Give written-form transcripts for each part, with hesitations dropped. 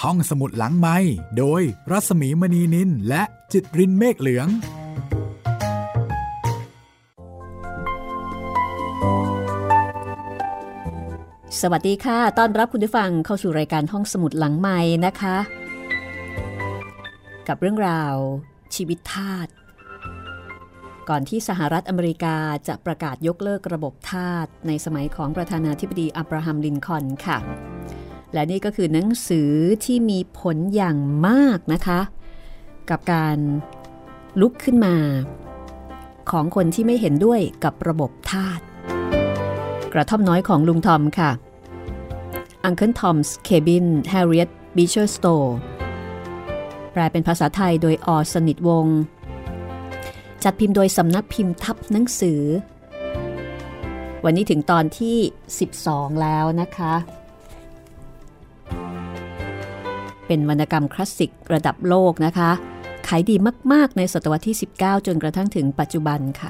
ห้องสมุดหลังไมค์โดยรัศมีมณีนินและจิตรินเมฆเหลืองสวัสดีค่ะต้อนรับคุณผู้ฟังเข้าสู่รายการห้องสมุดหลังไมค์นะคะกับเรื่องราวชีวิตทาสก่อนที่สหรัฐอเมริกาจะประกาศยกเลิกระบบทาสในสมัยของประธานาธิบดีอับราฮัมลินคอล์นค่ะและนี่ก็คือหนังสือที่มีผลอย่างมากนะคะกับการลุกขึ้นมาของคนที่ไม่เห็นด้วยกับระบบทาสกระท่อมน้อยของลุงทอมค่ะ Uncle Tom's Cabin Harriet Beecher Stowe แปลเป็นภาษาไทยโดยอ.สนิทวงศ์จัดพิมพ์โดยสำนักพิมพ์ทับหนังสือวันนี้ถึงตอนที่12แล้วนะคะเป็นวรรณกรรมคลาสสิกระดับโลกนะคะขายดีมากๆในศตวรรษที่19จนกระทั่งถึงปัจจุบันค่ะ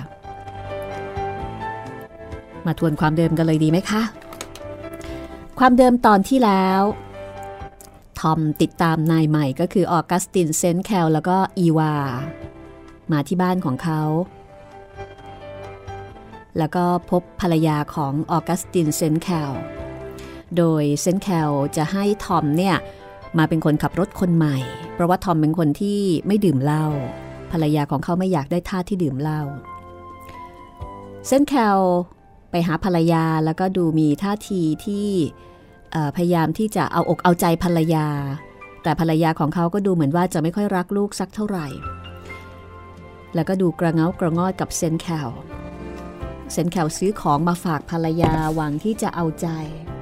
มาทวนความเดิมกันเลยดีไหมคะความเดิมตอนที่แล้วทอมติดตามนายใหม่ก็คือออกัสตินเซนต์แคลแล้วก็อีวามาที่บ้านของเขาแล้วก็พบภรรยาของออกัสตินเซนต์แคลโดยเซนต์แคลจะให้ทอมเนี่ยมาเป็นคนขับรถคนใหม่เพราะว่าทอมเป็นคนที่ไม่ดื่มเหล้าภรรยาของเขาไม่อยากได้ทาสที่ดื่มเหล้าเซนต์แคลไปหาภรรยาแล้วก็ดูมีท่าทีที่พยายามที่จะเอาอกเอาใจภรรยาแต่ภรรยาของเขาก็ดูเหมือนว่าจะไม่ค่อยรักลูกสักเท่าไหร่แล้วก็ดูกระเง้ากระงอดกับเซนต์แคลซื้อของมาฝากภรรยาหวังที่จะเอาใจ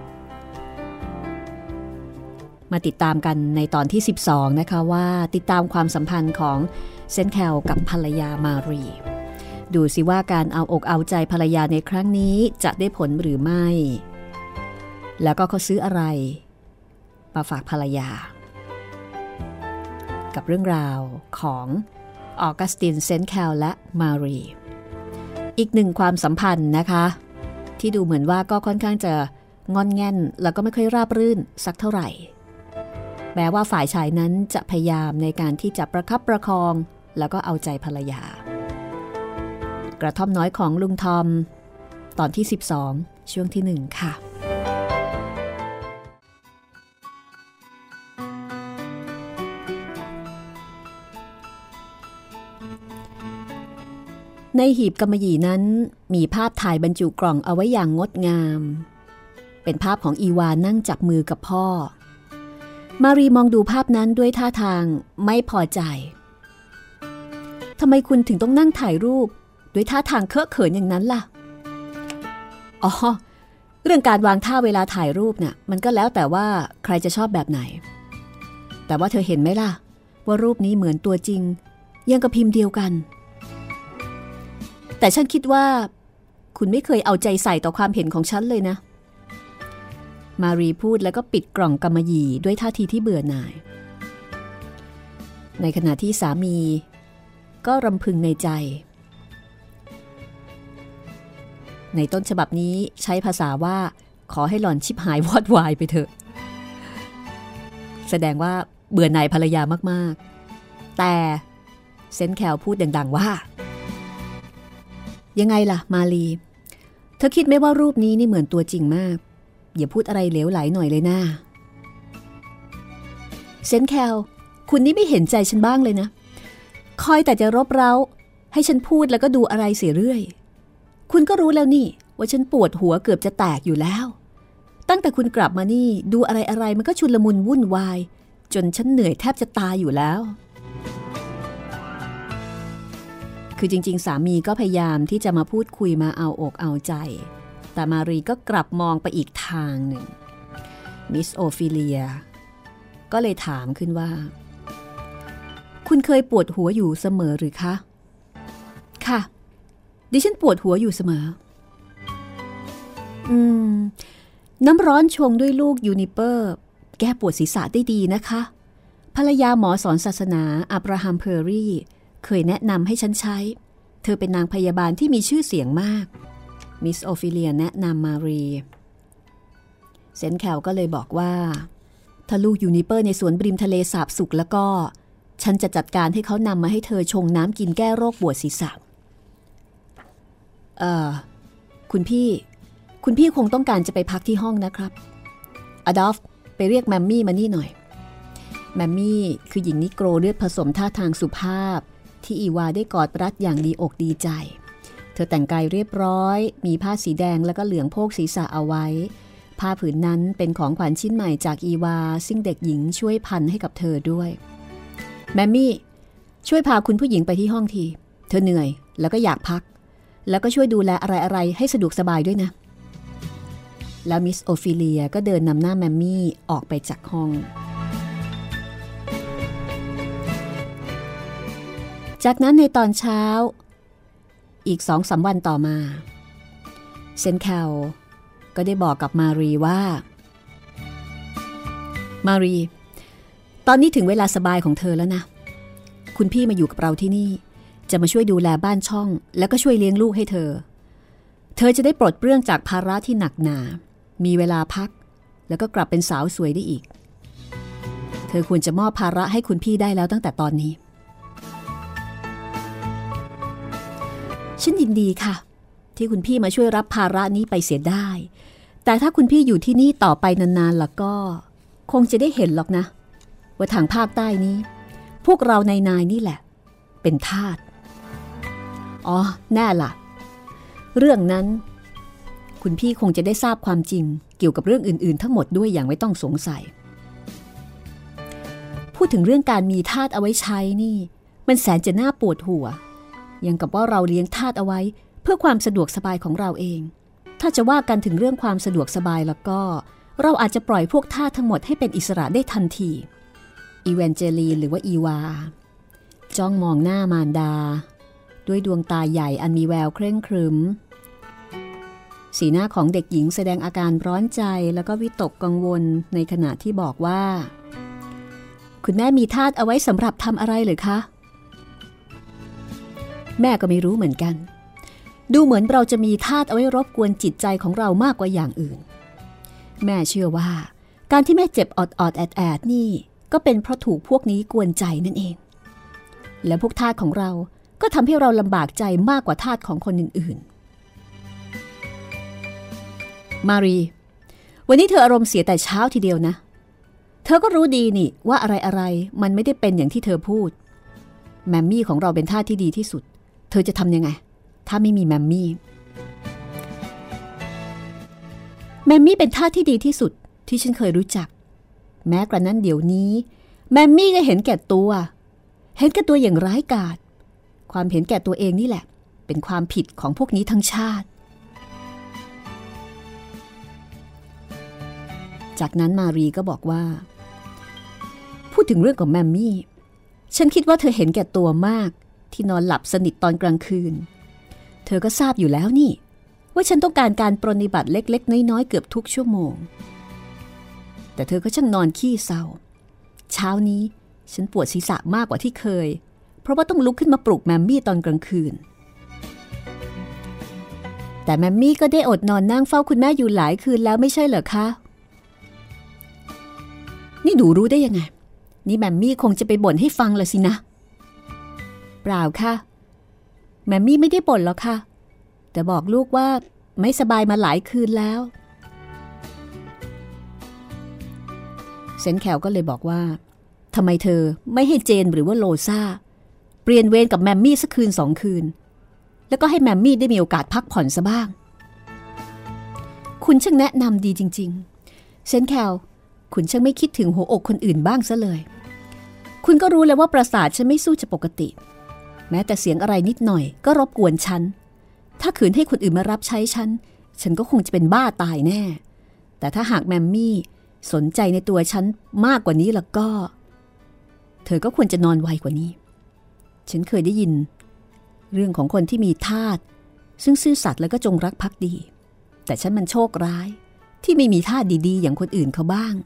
มาติดตามกันในตอนที่12นะคะว่าติดตามความสัมพันธ์ของเซนต์แคลกับภรรยามารีดูสิว่าการเอาอกเอาใจภรรยาในครั้งนี้จะได้ผลหรือไม่แล้วก็เขาซื้ออะไรมาฝากภรรยากับเรื่องราวของออกัสตินเซนต์แคลและมารีอีกหนึ่งความสัมพันธ์นะคะที่ดูเหมือนว่าก็ค่อนข้างจะงอนแง่นแล้วก็ไม่ค่อยราบรื่นสักเท่าไหร่แม้ว่าฝ่ายชายนั้นจะพยายามในการที่จะประคับประคองแล้วก็เอาใจภรรยากระท่อมน้อยของลุงทอมตอนที่12ช่วงที่1ค่ะในหีบกำมะหยี่นั้นมีภาพถ่ายบรรจุกล่องเอาไว้อย่างงดงามเป็นภาพของอีวานั่งจับมือกับพ่อมารีมองดูภาพนั้นด้วยท่าทางไม่พอใจทำไมคุณถึงต้องนั่งถ่ายรูปด้วยท่าทางเคอะเขินอย่างนั้นล่ะอ๋อเรื่องการวางท่าเวลาถ่ายรูปเนี่ยมันก็แล้วแต่ว่าใครจะชอบแบบไหนแต่ว่าเธอเห็นไหมล่ะว่ารูปนี้เหมือนตัวจริงยังกับพิมพ์เดียวกันแต่ฉันคิดว่าคุณไม่เคยเอาใจใส่ต่อความเห็นของฉันเลยนะมารีพูดแล้วก็ปิดกล่องกำมะหยี่ด้วยท่าทีที่เบื่อหน่ายในขณะที่สามีก็รำพึงในใจในต้นฉบับนี้ใช้ภาษาว่าขอให้หล่อนชิบหายวอดวายไปเถอะแสดงว่าเบื่อหน่ายภรรยามากๆแต่เซนต์แคลพูดดังๆว่ายังไงล่ะมาลีเธอคิดไหมว่ารูปนี้นี่เหมือนตัวจริงมากอย่าพูดอะไรเหลวไหลหน่อยเลยนะเซนต์แคลคุณนี่ไม่เห็นใจฉันบ้างเลยนะคอยแต่จะรบเร้าให้ฉันพูดแล้วก็ดูอะไรเสียเรื่อยคุณก็รู้แล้วนี่ว่าฉันปวดหัวเกือบจะแตกอยู่แล้วตั้งแต่คุณกลับมานี่ดูอะไรมันก็ชุลมุนวุ่นวายจนฉันเหนื่อยแทบจะตายอยู่แล้วคือจริงๆสามีก็พยายามที่จะมาพูดคุยมาเอาอกเอาใจแต่มารีก็กลับมองไปอีกทางหนึ่งมิสโอฟิเลียก็เลยถามขึ้นว่าคุณเคยปวดหัวอยู่เสมอหรือคะค่ะดิฉันปวดหัวอยู่เสมอน้ำร้อนชงด้วยลูกยูนิเปอร์แก้ปวดศีรษะได้ดีนะคะภรรยาหมอสอนศาสนาอับราฮัมเพอร์รี่เคยแนะนำให้ฉันใช้เธอเป็นนางพยาบาลที่มีชื่อเสียงมากมิสโอฟิเลียแนะนำมารีเซนต์แคลก็เลยบอกว่าถ้าลูกยูนิเปอร์ในสวนบริมทะเลสาบสุขแล้วก็ฉันจะจัดการให้เขานำมาให้เธอชงน้ำกินแก้โรคปวดศีรษะคุณพี่คงต้องการจะไปพักที่ห้องนะครับอดอล์ฟไปเรียกแมมมี่มานี่หน่อยแมมมี่คือหญิงนิโกรเลือดผสมท่าทางสุภาพที่อีวาได้กอดรัดอย่างดีอกดีใจเธอแต่งกายเรียบร้อยมีผ้าสีแดงแล้วก็เหลืองโพกศีรษะเอาไว้ผ้าผืนนั้นเป็นของขวัญชิ้นใหม่จากอีวาซึ่งเด็กหญิงช่วยพันให้กับเธอด้วยแมมมี่ช่วยพาคุณผู้หญิงไปที่ห้องทีเธอเหนื่อยแล้วก็อยากพักแล้วก็ช่วยดูแลอะไรๆให้สะดวกสบายด้วยนะแล้วมิสโอฟิเลียก็เดินนำหน้าแมมมี่ออกไปจากห้องจากนั้นในตอนเช้าอีก 2-3 วันต่อมาเซนแคลก็ได้บอกกับมารีว่ามารีตอนนี้ถึงเวลาสบายของเธอแล้วนะคุณพี่มาอยู่กับเราที่นี่จะมาช่วยดูแลบ้านช่องแล้วก็ช่วยเลี้ยงลูกให้เธอจะได้ปลดเปลื้องจากภาระที่หนักหนามีเวลาพักแล้วก็กลับเป็นสาวสวยได้อีกเธอควรจะมอบภาระให้คุณพี่ได้แล้วตั้งแต่ตอนนี้ฉันยินดีค่ะที่คุณพี่มาช่วยรับภาระนี้ไปเสียได้แต่ถ้าคุณพี่อยู่ที่นี่ต่อไปนานๆแล้วก็คงจะได้เห็นหรอกนะว่าทางภาคใต้นี้พวกเรานายนี่แหละเป็นทาสอ๋อแน่ล่ะเรื่องนั้นคุณพี่คงจะได้ทราบความจริงเกี่ยวกับเรื่องอื่นๆทั้งหมดด้วยอย่างไม่ต้องสงสัยพูดถึงเรื่องการมีทาสเอาไว้ใช้นี่มันแสนจะน่าปวดหัวยังกับว่าเราเลี้ยงทาสเอาไว้เพื่อความสะดวกสบายของเราเองถ้าจะว่ากันถึงเรื่องความสะดวกสบายแล้วก็เราอาจจะปล่อยพวกทาสทั้งหมดให้เป็นอิสระได้ทันทีอีแวนเจลีนหรือว่าอีวาจ้องมองหน้ามารดาด้วยดวงตาใหญ่อันมีแววเคร่งครึ้มสีหน้าของเด็กหญิงแสดงอาการร้อนใจแล้วก็วิตกกังวลในขณะที่บอกว่าคุณแม่มีทาสเอาไว้สำหรับทำอะไรเหรอคะแม่ก็ไม่รู้เหมือนกันดูเหมือนเราจะมีทาสเอาไว้รบกวนจิตใจของเรามากกว่าอย่างอื่นแม่เชื่อว่าการที่แม่เจ็บออดแอดนี่ก็เป็นเพราะถูกพวกนี้กวนใจนั่นเองและพวกทาสของเราก็ทำให้เราลำบากใจมากกว่าทาสของคนอื่นๆมารีวันนี้เธออารมณ์เสียแต่เช้าทีเดียวนะเธอก็รู้ดีนี่ว่าอะไรมันไม่ได้เป็นอย่างที่เธอพูดแมมมี่ของเราเป็นทาสที่ดีที่สุดเธอจะทำยังไงถ้าไม่มีแมมมี่เป็นทาสที่ดีที่สุดที่ฉันเคยรู้จักแม้กระนั้นเดี๋ยวนี้แมมมี่ก็เห็นแก่ตัวอย่างร้ายกาจความเห็นแก่ตัวเองนี่แหละเป็นความผิดของพวกนี้ทั้งชาติจากนั้นมารีก็บอกว่าพูดถึงเรื่องของแมมมี่ฉันคิดว่าเธอเห็นแก่ตัวมากที่นอนหลับสนิทตอนกลางคืนเธอก็ทราบอยู่แล้วนี่ว่าฉันต้องการการปรนนิบัติเล็กๆน้อยๆเกือบทุกชั่วโมงแต่เธอก็ช่างนอนขี้เศร้าเช้านี้ฉันปวดศีรษะมากกว่าที่เคยเพราะว่าต้องลุกขึ้นมาปลุกแมมมี่ตอนกลางคืนแต่แมมมี่ก็ได้อดนอนนั่งเฝ้าคุณแม่อยู่หลายคืนแล้วไม่ใช่เหรอคะนี่หนูรู้ได้ยังไงนี่แมมมี่คงจะไปบ่นให้ฟังละสินะเปล่าค่ะแมมมี่ไม่ได้บ่นหรอกค่ะแต่บอกลูกว่าไม่สบายมาหลายคืนแล้วเซนแคลก็เลยบอกว่าทำไมเธอไม่ให้เจนหรือว่าโลซ่าเปลี่ยนเวรกับแมมมี่สักคืน2 คืนแล้วก็ให้แมมมี่ได้มีโอกาสพักผ่อนซะบ้างคุณช่างแนะนำดีจริงๆเซนแคลคุณช่างไม่คิดถึงหัวอกคนอื่นบ้างซะเลยคุณก็รู้แล้วว่าประสาทฉันไม่สู้จะปกติแม้แต่เสียงอะไรนิดหน่อยก็รบกวนฉันถ้าขืนให้คนอื่นมารับใช้ฉันก็คงจะเป็นบ้าตายแน่แต่ถ้าหากแมมมี่สนใจในตัวฉันมากกว่านี้แล้วก็เธอก็ควรจะนอนไวกว่านี้ฉันเคยได้ยินเรื่องของคนที่มีทาสซึ่งซื่อสัตย์แล้วก็จงรักภักดีแต่ฉันมันโชคร้ายที่ไม่มีทาสดีๆอย่างคนอื่นเขาบ้าง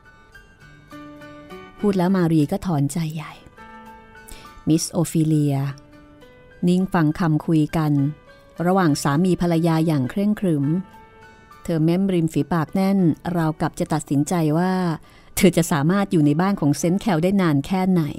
พูดแล้วมารีก็ถอนใจใหญ่มิสโอฟิเลียนิ่งฟังคำคุยกันระหว่างสามีภรรยาอย่างเคร่งครึมเธอเม้มริมฝีปากแน่นราวกับจะตัดสินใจว่าเธอจะสามารถอยู่ในบ้านของเซนต์แคลได้นานแค่ไหน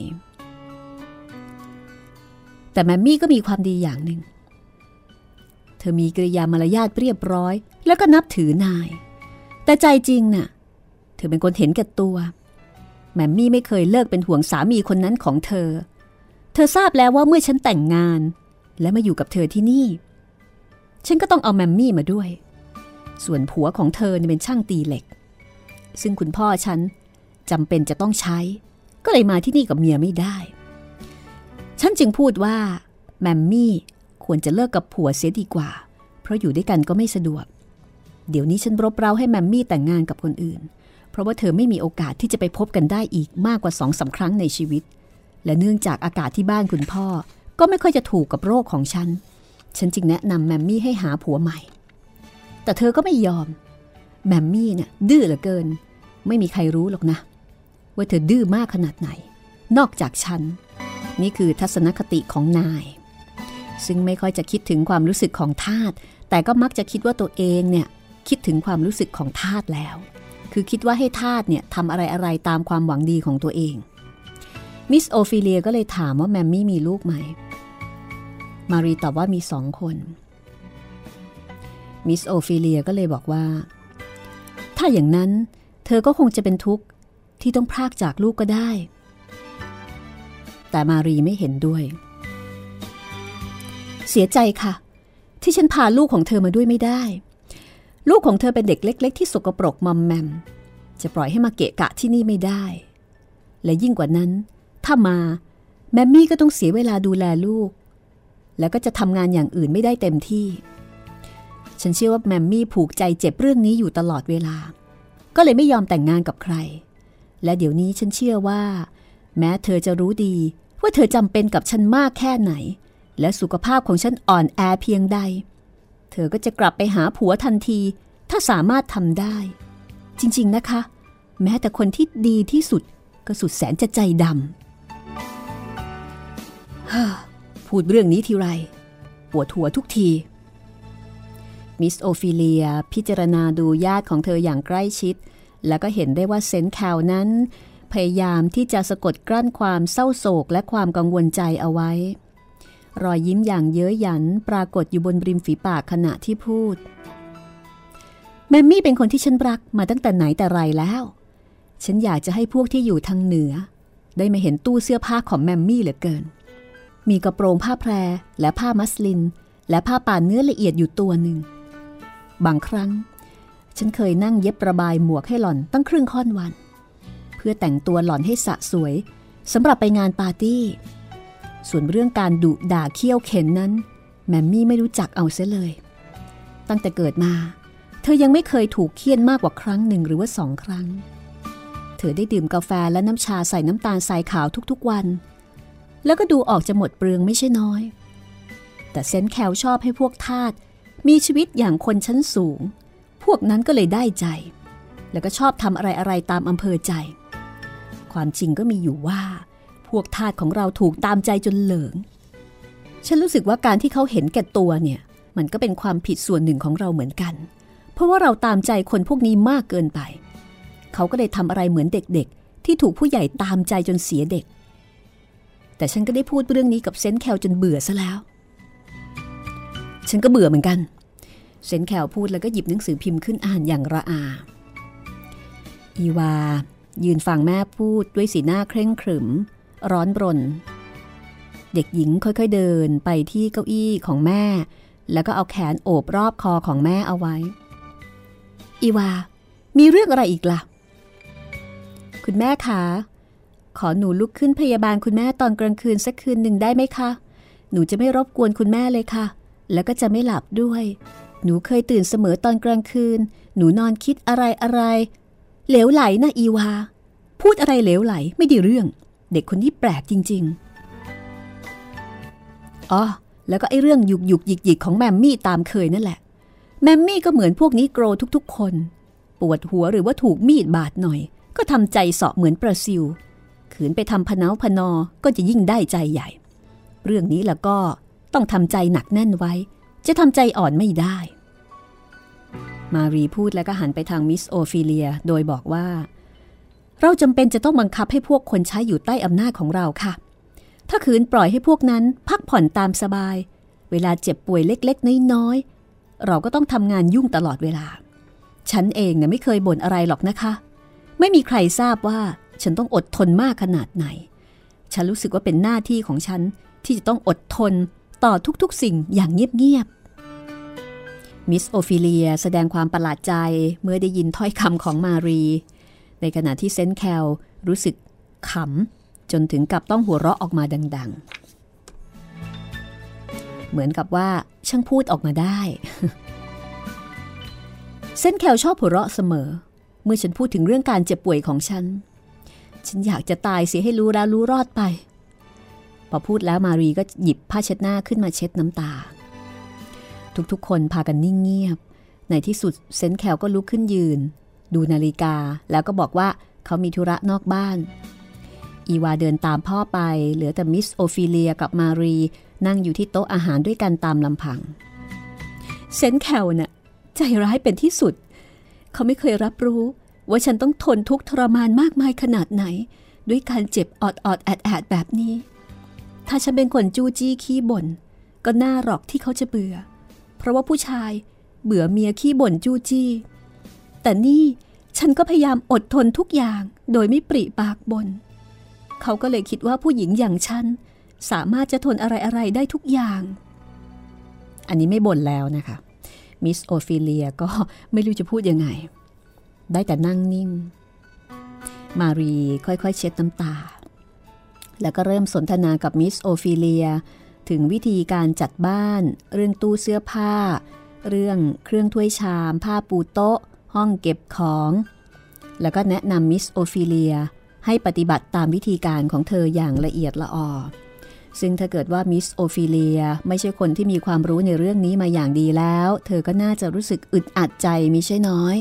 แต่แมมมี่ก็มีความดีอย่างหนึ่งเธอมีกริยามารยาทเรียบร้อยแล้วก็นับถือนายแต่ใจจริงน่ะเธอเป็นคนเห็นแก่ตัวแมมมี่ไม่เคยเลิกเป็นห่วงสามีคนนั้นของเธอทราบแล้วว่าเมื่อฉันแต่งงานและมาอยู่กับเธอที่นี่ฉันก็ต้องเอาแมมมี่มาด้วยส่วนผัวของเธอเป็นช่างตีเหล็กซึ่งคุณพ่อฉันจำเป็นจะต้องใช้ก็เลยมาที่นี่กับเมียไม่ได้ฉันจึงพูดว่าแมมมี่ควรจะเลิกกับผัวเสียดีกว่าเพราะอยู่ด้วยกันก็ไม่สะดวกเดี๋ยวนี้ฉันรบเร้าให้แมมมี่แต่งงานกับคนอื่นเพราะว่าเธอไม่มีโอกาสที่จะไปพบกันได้อีกมากกว่า 2-3 ครั้งในชีวิตและเนื่องจากอากาศที่บ้านคุณพ่อก็ไม่ค่อยจะถูกกับโรคของฉันจึงแนะนำแมมมี่ให้หาผัวใหม่แต่เธอก็ไม่ยอมแมมมี่เนี่ยดื้อเหลือเกินไม่มีใครรู้หรอกนะว่าเธอดื้อมากขนาดไหนนอกจากฉันนี่คือทัศนคติของนายซึ่งไม่ค่อยจะคิดถึงความรู้สึกของทาสแต่ก็มักจะคิดว่าตัวเองเนี่ยคิดถึงความรู้สึกของทาสแล้วคือคิดว่าให้ทาสเนี่ยทำอะไรตามความหวังดีของตัวเองมิสโอฟิเลียก็เลยถามว่าแมมมี่มีลูกไหมมารีตอบว่ามี2 คนมิสโอฟิเลียก็เลยบอกว่าถ้าอย่างนั้นเธอก็คงจะเป็นทุกข์ที่ต้องพรากจากลูกก็ได้แต่มารีไม่เห็นด้วยเสียใจค่ะที่ฉันพาลูกของเธอมาด้วยไม่ได้ลูกของเธอเป็นเด็กเล็กๆที่สกปรกมอมแมมจะปล่อยให้มาเกะกะที่นี่ไม่ได้และยิ่งกว่านั้นถ้ามาแมมมี่ก็ต้องเสียเวลาดูแลลูกแล้วก็จะทำงานอย่างอื่นไม่ได้เต็มที่ฉันเชื่อว่าแมมมี่ผูกใจเจ็บเรื่องนี้อยู่ตลอดเวลาก็เลยไม่ยอมแต่งงานกับใครและเดี๋ยวนี้ฉันเชื่อว่าแม้เธอจะรู้ดีว่าเธอจำเป็นกับฉันมากแค่ไหนและสุขภาพของฉันอ่อนแอเพียงใดเธอก็จะกลับไปหาผัวทันทีถ้าสามารถทำได้จริงๆนะคะแม้แต่คนที่ดีที่สุดก็สุดแสนจะใจดำพูดเรื่องนี้ทีไรปวดหัวทุกทีมิสโอฟิเลียพิจารณาดูญาติของเธออย่างใกล้ชิดแล้วก็เห็นได้ว่าเซนต์แคลนั้นพยายามที่จะสะกดกลั้นความเศร้าโศกและความกังวลใจเอาไว้รอยยิ้มอย่างเย้ยหยันปรากฏอยู่บนริมฝีปากขณะที่พูดแมมมี่เป็นคนที่ฉันรักมาตั้งแต่ไหนแต่ไรแล้วฉันอยากจะให้พวกที่อยู่ทางเหนือได้มาเห็นตู้เสื้อผ้าของแมมมี่เหลือเกินมีกระโปรงผ้าแพรและผ้ามัสลินและผ้าป่านเนื้อละเอียดอยู่ตัวหนึ่งบางครั้งฉันเคยนั่งเย็บระบายหมวกให้หล่อนตั้งครึ่งค่อนวันเพื่อแต่งตัวหล่อนให้สะสวยสำหรับไปงานปาร์ตี้ส่วนเรื่องการดุด่าเคี่ยวเข็นนั้นแมมมี่ไม่รู้จักเอาเสียเลยตั้งแต่เกิดมาเธอยังไม่เคยถูกเคี่ยนมากกว่าครั้งหนึ่งหรือว่า2 ครั้งเธอได้ดื่มกาแฟและน้ำชาใส่น้ำตาลทรายขาวทุกๆวันแล้วก็ดูออกจะหมดเปลืองไม่ใช่น้อยแต่เซนต์แคลชอบให้พวกทาสมีชีวิตอย่างคนชั้นสูงพวกนั้นก็เลยได้ใจแล้วก็ชอบทำอะไรตามอำเภอใจความจริงก็มีอยู่ว่าพวกทาสของเราถูกตามใจจนเหลิงฉันรู้สึกว่าการที่เขาเห็นแก่ตัวเนี่ยมันก็เป็นความผิดส่วนหนึ่งของเราเหมือนกันเพราะว่าเราตามใจคนพวกนี้มากเกินไปเขาก็เลยทำอะไรเหมือนเด็กๆที่ถูกผู้ใหญ่ตามใจจนเสียเด็กแต่ฉันก็ได้พูดเรื่องนี้กับเซนต์แคลจนเบื่อซะแล้วฉันก็เบื่อเหมือนกันเซนต์แคลพูดแล้วก็หยิบหนังสือพิมพ์ขึ้นอ่านอย่างระอาอีวายืนฟังแม่พูดด้วยสีหน้าเคร่งขรึมร้อนรนเด็กหญิงค่อยๆเดินไปที่เก้าอี้ของแม่แล้วก็เอาแขนโอบรอบคอของแม่เอาไว้อีวามีเรื่องอะไรอีกล่ะคุณแม่คะขอหนูลุกขึ้นพยาบาลคุณแม่ตอนกลางคืนสักคืนหนึ่งได้ไหมคะหนูจะไม่รบกวนคุณแม่เลยค่ะแล้วก็จะไม่หลับด้วยหนูเคยตื่นเสมอตอนกลางคืนหนูนอนคิดอะไรเหลวไหลนะอีวาพูดอะไรเหลวไหลไม่ได้เรื่องเด็กคนนี้แปลกจริงๆอ๋อแล้วก็ไอ้เรื่องหยุกหยิกของแมมมี่ตามเคยนั่นแหละแมมมี่ก็เหมือนพวกนี้โกรทุกๆคนปวดหัวหรือว่าถูกมีดบาดหน่อยก็ทำใจเสาะเหมือนปลาซิวขืนไปทำพะเนาพะนอก็จะยิ่งได้ใจใหญ่เรื่องนี้แล้วก็ต้องทำใจหนักแน่นไว้จะทำใจอ่อนไม่ได้มารีพูดแล้วก็หันไปทางมิสโอฟิเลียโดยบอกว่าเราจำเป็นจะต้องบังคับให้พวกคนใช้อยู่ใต้อำนาจของเราค่ะถ้าขืนปล่อยให้พวกนั้นพักผ่อนตามสบายเวลาเจ็บป่วยเล็กๆน้อยๆเราก็ต้องทำงานยุ่งตลอดเวลาฉันเองเนี่ยไม่เคยบ่นอะไรหรอกนะคะไม่มีใครทราบว่าฉันต้องอดทนมากขนาดไหนฉันรู้สึกว่าเป็นหน้าที่ของฉันที่จะต้องอดทนต่อทุกๆสิ่งอย่างเงียบๆมิสโอฟิเลียแสดงความประหลาดใจเมื่อได้ยินถ้อยคำของมารีในขณะที่เซนต์แคลรู้สึกขำจนถึงกับต้องหัวเราะออกมาดังๆเหมือนกับว่าช่างพูดออกมาได้ เซนต์แคลชอบหัวเราะเสมอเมื่อฉันพูดถึงเรื่องการเจ็บป่วยของฉันอยากจะตายเสียให้รู้แล้วรู้รอดไปพอพูดแล้วมารีก็หยิบผ้าเช็ดหน้าขึ้นมาเช็ดน้ำตาทุกๆคนพากันนิ่งเงียบในที่สุดเซนต์แคลก็ลุกขึ้นยืนดูนาฬิกาแล้วก็บอกว่าเขามีธุระนอกบ้านอีวาเดินตามพ่อไปเหลือแต่มิสโอฟิเลียกับมารีนั่งอยู่ที่โต๊ะอาหารด้วยกันตามลำพังเซนต์แคลน่ะใจร้ายเป็นที่สุดเขาไม่เคยรับรู้ว่าฉันต้องทนทุกข์ทรมานมากมายขนาดไหนด้วยการเจ็บออดแอดแบบนี้ถ้าฉันเป็นคนจู้จี้ขี้บ่นก็น่าหรอกที่เขาจะเบื่อเพราะว่าผู้ชายเบื่อเมียขี้บ่นจู้จี้แต่นี่ฉันก็พยายามอดทนทุกอย่างโดยไม่ปริปากบ่นเขาก็เลยคิดว่าผู้หญิงอย่างฉันสามารถจะทนอะไรได้ทุกอย่างอันนี้ไม่บ่นแล้วนะคะมิสโอฟิเลียก็ไม่รู้จะพูดยังไงได้แต่นั่งนิ่งมารีค่อยๆเช็ดน้ำตาแล้วก็เริ่มสนทนากับมิสโอฟิเลียถึงวิธีการจัดบ้านเรื่องตู้เสื้อผ้าเรื่องเครื่องถ้วยชามผ้าปูโต๊ะห้องเก็บของแล้วก็แนะนำมิสโอฟิเลียให้ปฏิบัติตามวิธีการของเธออย่างละเอียดละออซึ่งถ้าเกิดว่ามิสโอฟิเลียไม่ใช่คนที่มีความรู้ในเรื่องนี้มาอย่างดีแล้วเธอก็น่าจะรู้สึกอึดอัดใจมิใช่น้อย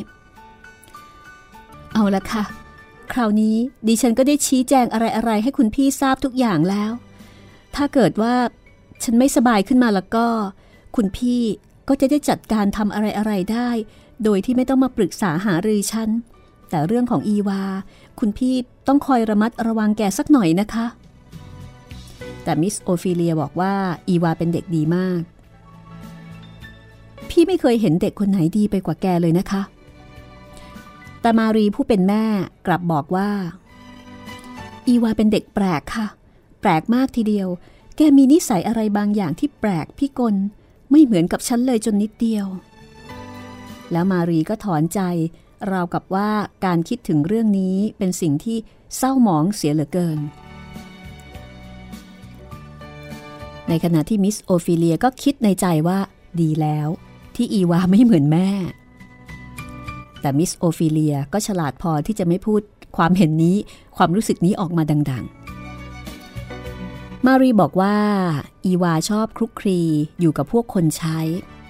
เอาละค่ะคราวนี้ดิฉันก็ได้ชี้แจงอะไรให้คุณพี่ทราบทุกอย่างแล้วถ้าเกิดว่าฉันไม่สบายขึ้นมาแล้วก็คุณพี่ก็จะได้จัดการทำอะไรได้โดยที่ไม่ต้องมาปรึกษาหารือฉันแต่เรื่องของอีวาคุณพี่ต้องคอยระมัดระวังแกสักหน่อยนะคะแต่มิสโอฟิเลียบอกว่าอีวาเป็นเด็กดีมากพี่ไม่เคยเห็นเด็กคนไหนดีไปกว่าแกเลยนะคะแต่มารีผู้เป็นแม่กลับบอกว่าอีวาเป็นเด็กแปลกค่ะแปลกมากทีเดียวแกมีนิสัยอะไรบางอย่างที่แปลกพิกลไม่เหมือนกับฉันเลยจนนิดเดียวแล้วมารีก็ถอนใจราวกับว่าการคิดถึงเรื่องนี้เป็นสิ่งที่เศร้าหมองเสียเหลือเกินในขณะที่มิสโอฟิเลียก็คิดในใจว่าดีแล้วที่อีวาไม่เหมือนแม่แต่มิสโอฟิเลียก็ฉลาดพอที่จะไม่พูดความเห็นนี้ความรู้สึกนี้ออกมาดังๆมารีบอกว่าอีวาชอบคลุกคลีอยู่กับพวกคนใช้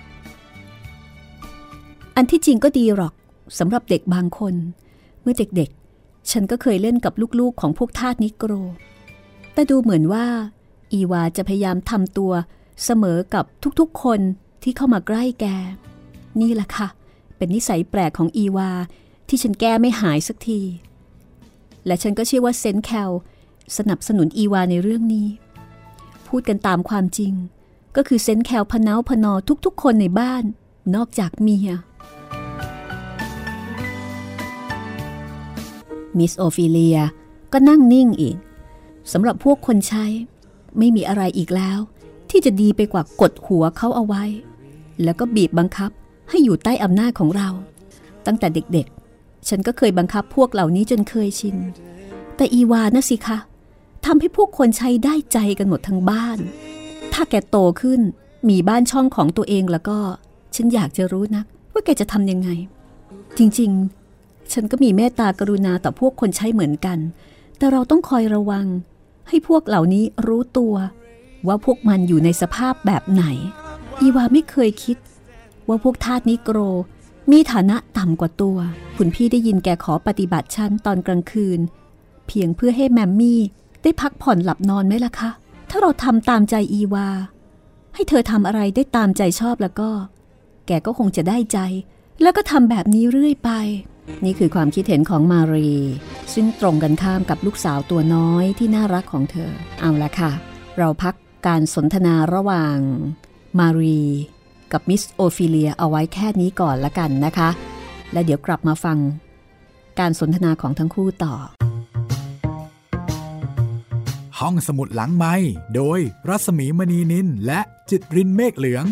อันที่จริงก็ดีหรอกสำหรับเด็กบางคนเมื่อเด็กๆฉันก็เคยเล่นกับลูกๆของพวกทาสนิโกรแต่ดูเหมือนว่าอีวาจะพยายามทำตัวเสมอกับทุกๆคนที่เข้ามาใกล้แกนี่แหละค่ะเป็นนิสัยแปลกของอีวาที่ฉันแก้ไม่หายสักทีและฉันก็เชื่อว่าเซนต์แคลสนับสนุนอีวาในเรื่องนี้พูดกันตามความจริงก็คือเซนต์แคลพเนาพนอทุกๆคนในบ้านนอกจากเมียมิสโอฟิเลียก็นั่งนิ่งอีกสำหรับพวกคนใช้ไม่มีอะไรอีกแล้วที่จะดีไปกว่ากดหัวเขาเอาไว้แล้วก็บีบบังคับให้อยู่ใต้อำนาจของเราตั้งแต่เด็กๆฉันก็เคยบังคับพวกเหล่านี้จนเคยชินแต่อีวานะสิคะทำให้พวกคนใช้ได้ใจกันหมดทั้งบ้านถ้าแกโตขึ้นมีบ้านช่องของตัวเองแล้วก็ฉันอยากจะรู้นักว่าแกจะทำยังไงจริงๆฉันก็มีเมตตากรุณาต่อพวกคนใช้เหมือนกันแต่เราต้องคอยระวังให้พวกเหล่านี้รู้ตัวว่าพวกมันอยู่ในสภาพแบบไหนอีวาไม่เคยคิดว่าพวกทาสนิโกรมีฐานะต่ำกว่าตัวคุณพี่ได้ยินแกขอปฏิบัติฉันตอนกลางคืนเพียงเพื่อให้แมมมี่ได้พักผ่อนหลับนอนไหมล่ะคะถ้าเราทำตามใจอีวาให้เธอทำอะไรได้ตามใจชอบแล้วก็แกก็คงจะได้ใจแล้วก็ทำแบบนี้เรื่อยไปนี่คือความคิดเห็นของมารีซึ่งตรงกันข้ามกับลูกสาวตัวน้อยที่น่ารักของเธอเอาละค่ะเราพักการสนทนาระหว่างมารีกับมิสโอฟิเลียเอาไว้แค่นี้ก่อนละกันนะคะและเดี๋ยวกลับมาฟังการสนทนาของทั้งคู่ต่อห้องสมุดหลังไมค์โดยรัศมีมณีนินและจิตรินเมฆเหลือง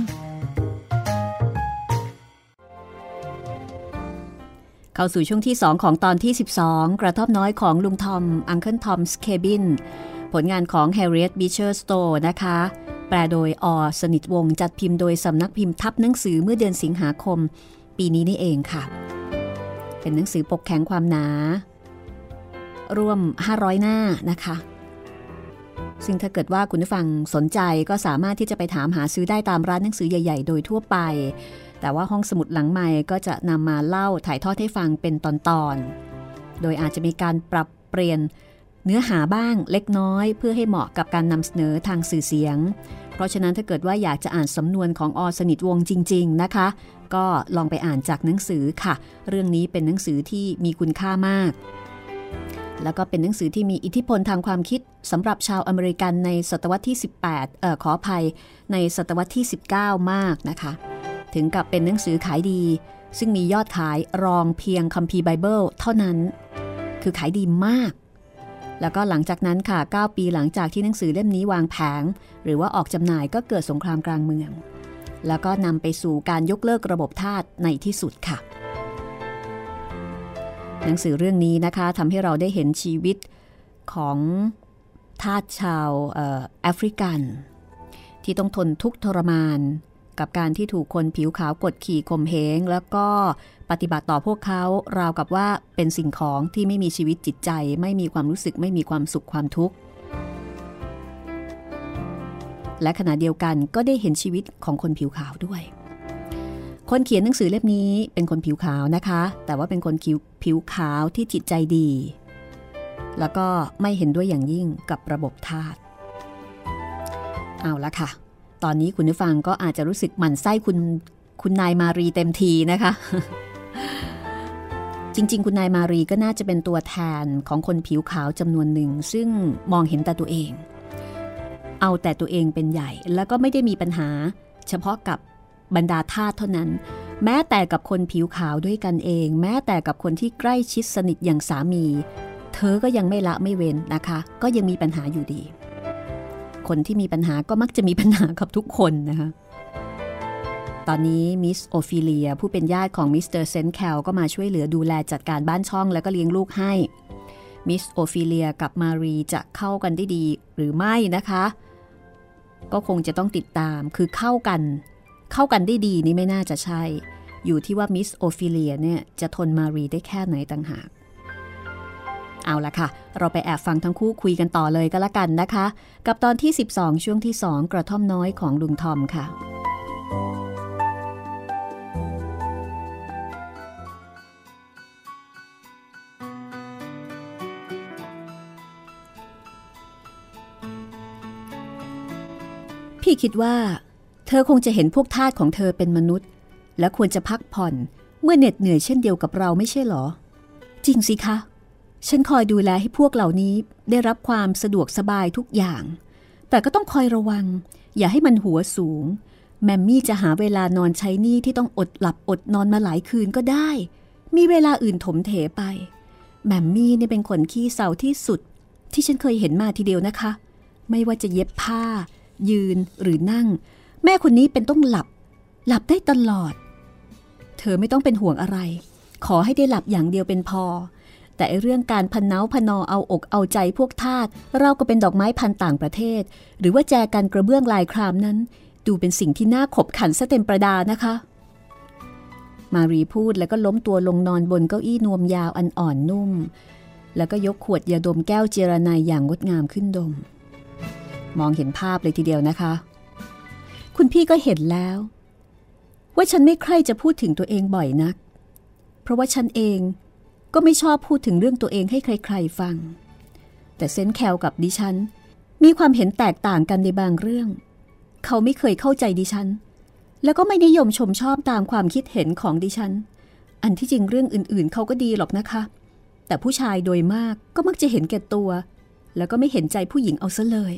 เข้าสู่ช่วงที่2ของตอนที่12กระท่อมน้อยของลุงทอม Uncle Tom's Cabin ผลงานของ Harriet Beecher Stowe นะคะแปลโดยอ.สนิทวงศ์จัดพิมพ์โดยสำนักพิมพ์ทับหนังสือเมื่อเดือนสิงหาคมปีนี้นี่เองค่ะเป็นหนังสือปกแข็งความหนาร่วม500หน้านะคะซึ่งถ้าเกิดว่าคุณผู้ฟังสนใจก็สามารถที่จะไปถามหาซื้อได้ตามร้านหนังสือใหญ่ๆโดยทั่วไปแต่ว่าห้องสมุดหลังใหม่ก็จะนำมาเล่าถ่ายทอดให้ฟังเป็นตอนๆโดยอาจจะมีการปรับเปลี่ยนเนื้อหาบ้างเล็กน้อยเพื่อให้เหมาะกับการนำเสนอทางสื่อเสียงเพราะฉะนั้นถ้าเกิดว่าอยากจะอ่านสำนวนของอ.สนิทวงศ์จริงๆนะคะก็ลองไปอ่านจากหนังสือค่ะเรื่องนี้เป็นหนังสือที่มีคุณค่ามากแล้วก็เป็นหนังสือที่มีอิทธิพลทางความคิดสำหรับชาวอเมริกันในศตวรรษที่18ขออภัยในศตวรรษที่19มากนะคะถึงกับเป็นหนังสือขายดีซึ่งมียอดขายรองเพียงคัมภีร์ไบเบิลเท่านั้นคือขายดีมากแล้วก็หลังจากนั้นค่ะ9ปีหลังจากที่หนังสือเล่มนี้วางแผงหรือว่าออกจำหน่ายก็เกิดสงครามกลางเมืองแล้วก็นำไปสู่การยกเลิกระบบทาสในที่สุดค่ะหนังสือเรื่องนี้นะคะทำให้เราได้เห็นชีวิตของทาสชาวแอฟริกันที่ต้องทนทุกข์ทรมานกับการที่ถูกคนผิวขาวกดขี่ข่มเหงแล้วก็ปฏิบัติต่อพวกเขาราวกับว่าเป็นสิ่งของที่ไม่มีชีวิตจิตใจไม่มีความรู้สึกไม่มีความสุขความทุกข์และขณะเดียวกันก็ได้เห็นชีวิตของคนผิวขาวด้วยคนเขียนหนังสือเล่มนี้เป็นคนผิวขาวนะคะแต่ว่าเป็นคนผิวขาวที่จิตใจดีแล้วก็ไม่เห็นด้วยอย่างยิ่งกับระบบทาสเอาละค่ะตอนนี้คุณผู้ฟังก็อาจจะรู้สึกหมั่นไส้คุณนายมารีเต็มทีนะคะ จริงๆคุณนายมารีก็น่าจะเป็นตัวแทนของคนผิวขาวจำนวนหนึ่งซึ่งมองเห็นแต่ตัวเองเอาแต่ตัวเองเป็นใหญ่แล้วก็ไม่ได้มีปัญหาเฉพาะกับบรรดาทาสเท่านั้นแม้แต่กับคนผิวขาวด้วยกันเองแม้แต่กับคนที่ใกล้ชิดสนิทอย่างสามีเธอก็ยังไม่ละไม่เว้นนะคะก็ยังมีปัญหาอยู่ดีคนที่มีปัญหาก็มักจะมีปัญหากับทุกคนนะคะตอนนี้มิสโอฟิเลียผู้เป็นญาติของมิสเตอร์เซนต์แคลก็มาช่วยเหลือดูแลจัดการบ้านช่องแล้วก็เลี้ยงลูกให้มิสโอฟิเลียกับมารีจะเข้ากันได้ดีหรือไม่นะคะก็คงจะต้องติดตามคือเข้ากันได้ดีนี่ไม่น่าจะใช่อยู่ที่ว่ามิสโอฟิเลียเนี่ยจะทนมารีได้แค่ไหนต่างหากเอาละค่ะเราไปแอบฟังทั้งคู่คุยกันต่อเลยก็แล้วกันนะคะกับตอนที่12ช่วงที่2กระท่อมน้อยของลุงทอมค่ะพี่คิดว่าเธอคงจะเห็นพวกทาสของเธอเป็นมนุษย์และควรจะพักผ่อนเมื่อเหน็ดเหนื่อยเช่นเดียวกับเราไม่ใช่หรอจริงสิคะฉันคอยดูแลให้พวกเหล่านี้ได้รับความสะดวกสบายทุกอย่างแต่ก็ต้องคอยระวังอย่าให้มันหัวสูงแมมมี่จะหาเวลานอนใช้หนี้ที่ต้องอดหลับอดนอนมาหลายคืนก็ได้มีเวลาอื่นถมเถไปแมมมี่เนี่ยเป็นคนขี้เศร้าที่สุดที่ฉันเคยเห็นมาทีเดียวนะคะไม่ว่าจะเย็บผ้ายืนหรือนั่งแม่คนนี้เป็นต้องหลับได้ตลอดเธอไม่ต้องเป็นห่วงอะไรขอให้ได้หลับอย่างเดียวเป็นพอแต่เรื่องการพเนาพนอเอาอกเอาใจพวกทาสเราก็เป็นดอกไม้พันต่างประเทศหรือว่าแจกันกระเบื้องลายครามนั้นดูเป็นสิ่งที่น่าขบขันซะเต็มประดานะคะมารีพูดแล้วก็ล้มตัวลงนอนบนเก้าอี้นวมยาวอันอ่อนนุ่มแล้วก็ยกขวดยาดมแก้วเจรไนน์อย่างงดงามขึ้นดมมองเห็นภาพเลยทีเดียวนะคะคุณพี่ก็เห็นแล้วว่าฉันไม่ใคร่จะพูดถึงตัวเองบ่อยนักเพราะว่าฉันเองก็ไม่ชอบพูดถึงเรื่องตัวเองให้ใครๆฟังแต่เซนต์แคลกับดิฉันมีความเห็นแตกต่างกันในบางเรื่องเขาไม่เคยเข้าใจดิฉันแล้วก็ไม่นิยมชมชอบตามความคิดเห็นของดิฉันอันที่จริงเรื่องอื่นๆเขาก็ดีหรอกนะคะแต่ผู้ชายโดยมากก็มักจะเห็นแก่ตัวแล้วก็ไม่เห็นใจผู้หญิงเอาซะเลย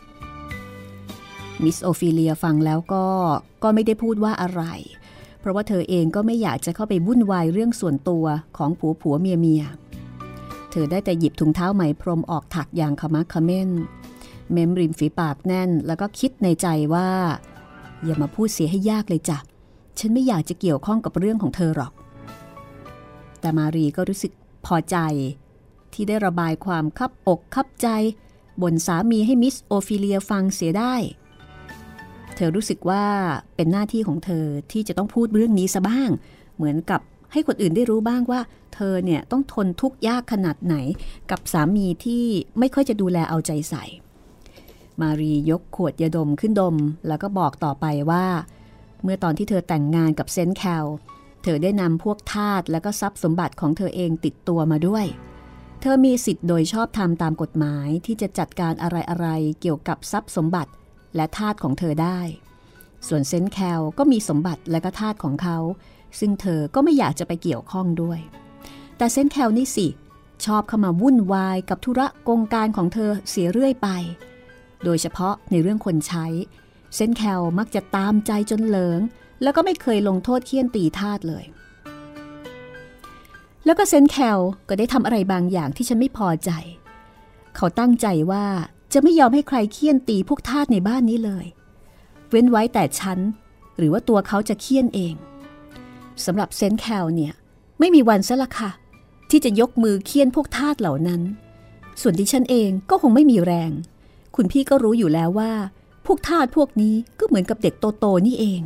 มิสโอฟิเลียฟังแล้วก็ไม่ได้พูดว่าอะไรเพราะว่าเธอเองก็ไม่อยากจะเข้าไปวุ่นวายเรื่องส่วนตัวของผัวเมียเธอได้แต่หยิบถุงเท้าไหมพรมออกถักอย่างขมักเขม้นเม้มริมฝีปากแน่นแล้วก็คิดในใจว่าอย่ามาพูดเสียให้ยากเลยจ้ะฉันไม่อยากจะเกี่ยวข้องกับเรื่องของเธอหรอกแต่มารีก็รู้สึกพอใจที่ได้ระบายความคับอกคับใจบ่นสามีให้มิสโอฟิเลียฟังเสียได้เธอรู้สึกว่าเป็นหน้าที่ของเธอที่จะต้องพูดเรื่องนี้ซะบ้างเหมือนกับให้คนอื่นได้รู้บ้างว่าเธอเนี่ยต้องทนทุกข์ยากขนาดไหนกับสามีที่ไม่ค่อยจะดูแลเอาใจใส่มารียกขวดยาดมขึ้นดมแล้วก็บอกต่อไปว่าเมื่อตอนที่เธอแต่งงานกับเซนต์แคลเธอได้นำพวกทาสและก็ทรัพย์สมบัติของเธอเองติดตัวมาด้วยเธอมีสิทธิ์โดยชอบธรรมตามกฎหมายที่จะจัดการอะไรๆเกี่ยวกับทรัพย์สมบัติและทาสของเธอได้ส่วนเซนต์แคลก็มีสมบัติและก็ทาสของเขาซึ่งเธอก็ไม่อยากจะไปเกี่ยวข้องด้วยแต่เซนต์แคลนี่สิชอบเข้ามาวุ่นวายกับธุระกงการของเธอเสียเรื่อยไปโดยเฉพาะในเรื่องคนใช้เซนต์แคลมักจะตามใจจนเหลิงแล้วก็ไม่เคยลงโทษเฆี่ยนตีทาสเลยแล้วก็เซนต์แคลก็ได้ทำอะไรบางอย่างที่ฉันไม่พอใจเขาตั้งใจว่าจะไม่ยอมให้ใครเฆี่ยนตีพวกทาสในบ้านนี้เลยเว้นไว้แต่ฉันหรือว่าตัวเขาจะเฆี่ยนเองสำหรับเซนต์แคลเนี่ยไม่มีวันซะละค่ะที่จะยกมือเฆี่ยนพวกทาสเหล่านั้นส่วนดิฉันเองก็คงไม่มีแรงคุณพี่ก็รู้อยู่แล้วว่าพวกทาสพวกนี้ก็เหมือนกับเด็กโตๆนี่เอง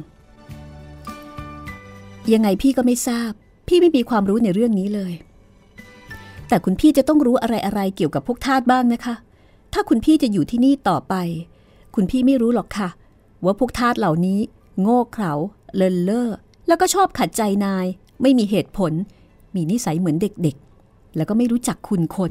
ยังไงพี่ก็ไม่ทราบพี่ไม่มีความรู้ในเรื่องนี้เลยแต่คุณพี่จะต้องรู้อะไรๆเกี่ยวกับพวกทาสบ้างนะคะถ้าคุณพี่จะอยู่ที่นี่ต่อไปคุณพี่ไม่รู้หรอกค่ะว่าพวกทาสเหล่านี้โง่เขลาเลินเล่อแล้วก็ชอบขัดใจนายไม่มีเหตุผลมีนิสัยเหมือนเด็กๆแล้วก็ไม่รู้จักคุณคน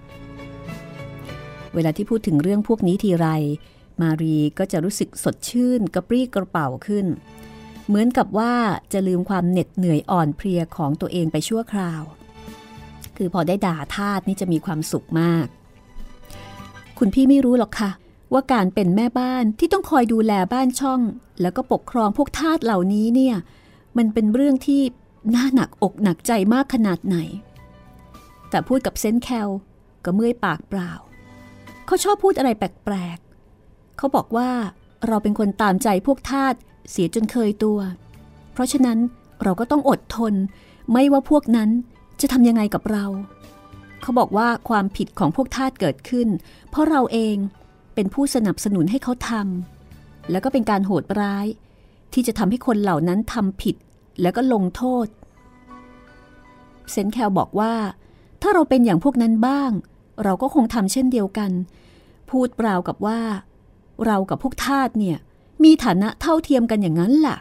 เวลาที่พูดถึงเรื่องพวกนี้ทีไรมารีก็จะรู้สึกสดชื่นกระปรี้กระเป๋าขึ้นเหมือนกับว่าจะลืมความเหน็ดเหนื่อยอ่อนเพลียของตัวเองไปชั่วคราวคือพอได้ด่าทาสนี่จะมีความสุขมากคุณพี่ไม่รู้หรอกค่ะว่าการเป็นแม่บ้านที่ต้องคอยดูแลบ้านช่องแล้วก็ปกครองพวกทาสเหล่านี้เนี่ยมันเป็นเรื่องที่น่าหนักอกหนักใจมากขนาดไหนแต่พูดกับเซนต์แคลก็เมื่อยปากเปล่าเขาชอบพูดอะไรแปลกๆเขาบอกว่าเราเป็นคนตามใจพวกทาสเสียจนเคยตัวเพราะฉะนั้นเราก็ต้องอดทนไม่ว่าพวกนั้นจะทำยังไงกับเราเขาบอกว่าความผิดของพวกทาสเกิดขึ้นเพราะเราเองเป็นผู้สนับสนุนให้เขาทำแล้วก็เป็นการโหดร้ายที่จะทำให้คนเหล่านั้นทำผิดแล้วก็ลงโทษเซนต์แคลบอกว่าถ้าเราเป็นอย่างพวกนั้นบ้างเราก็คงทำเช่นเดียวกันพูดเปล่ากับว่าเรากับพวกทาสเนี่ยมีฐานะเท่าเทียมกันอย่างนั้นล่ะ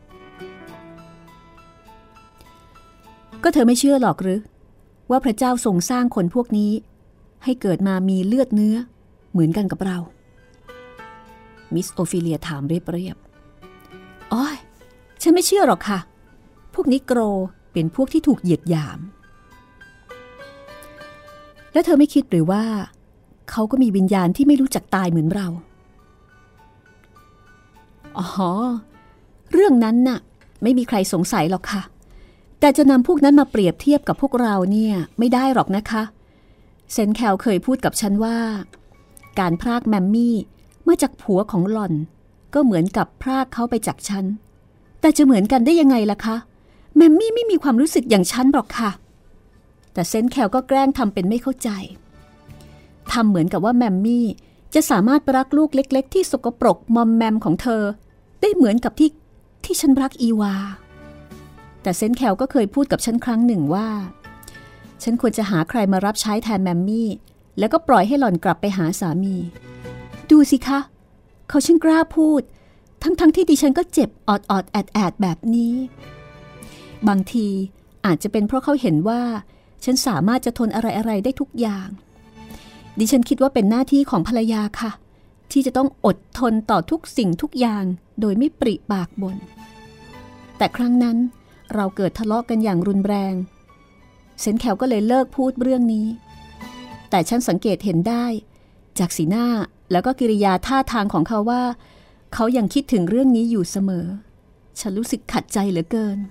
ก็เธอไม่เชื่อหรอกหรือว่าพระเจ้าทรงสร้างคนพวกนี้ให้เกิดมามีเลือดเนื้อเหมือนกันกับเรามิสโอฟิเลียถามเรียบๆอ้อยฉันไม่เชื่อหรอกค่ะพวกนิโกรเป็นพวกที่ถูกเหยียดหยามแล้วเธอไม่คิดหรือว่าเขาก็มีวิญญาณที่ไม่รู้จักตายเหมือนเราอ๋อเรื่องนั้นน่ะไม่มีใครสงสัยหรอกค่ะแต่จะนำพวกนั้นมาเปรียบเทียบกับพวกเราเนี่ยไม่ได้หรอกนะคะเซนต์แคลเคยพูดกับฉันว่าการพรากแมมมี่มาจากผัวของหล่อนก็เหมือนกับพรากเขาไปจากฉันแต่จะเหมือนกันได้ยังไงล่ะคะแมมมี่ไม่มีความรู้สึกอย่างฉันหรอกค่ะแต่เซนต์แคลก็แกล้งทำเป็นไม่เข้าใจทำเหมือนกับว่าแมมมี่จะสามารถรักลูกเล็กๆที่สกปรกมอมแมมของเธอได้เหมือนกับที่ฉันรักอีวาแต่เซนต์แคลก็เคยพูดกับฉันครั้งหนึ่งว่าฉันควรจะหาใครมารับใช้แทนแมมมี่แล้วก็ปล่อยให้หล่อนกลับไปหาสามีดูสิคะเขาช่างกล้าพูดทั้งที่ดิฉันก็เจ็บออดแอดแบบนี้บางทีอาจจะเป็นเพราะเขาเห็นว่าฉันสามารถจะทนอะไรได้ทุกอย่างดิฉันคิดว่าเป็นหน้าที่ของภรรยาค่ะที่จะต้องอดทนต่อทุกสิ่งทุกอย่างโดยไม่ปริปากบ่นแต่ครั้งนั้นเราเกิดทะเลาะกันอย่างรุนแรงเซนแคลก็เลยเลิกพูดเรื่องนี้แต่ฉันสังเกตเห็นได้จากสีหน้าแล้วก็กิริยาท่าทางของเขาว่าเขายังคิดถึงเรื่องนี้อยู่เสมอฉันรู้สึกขัดใจเหลือเกิน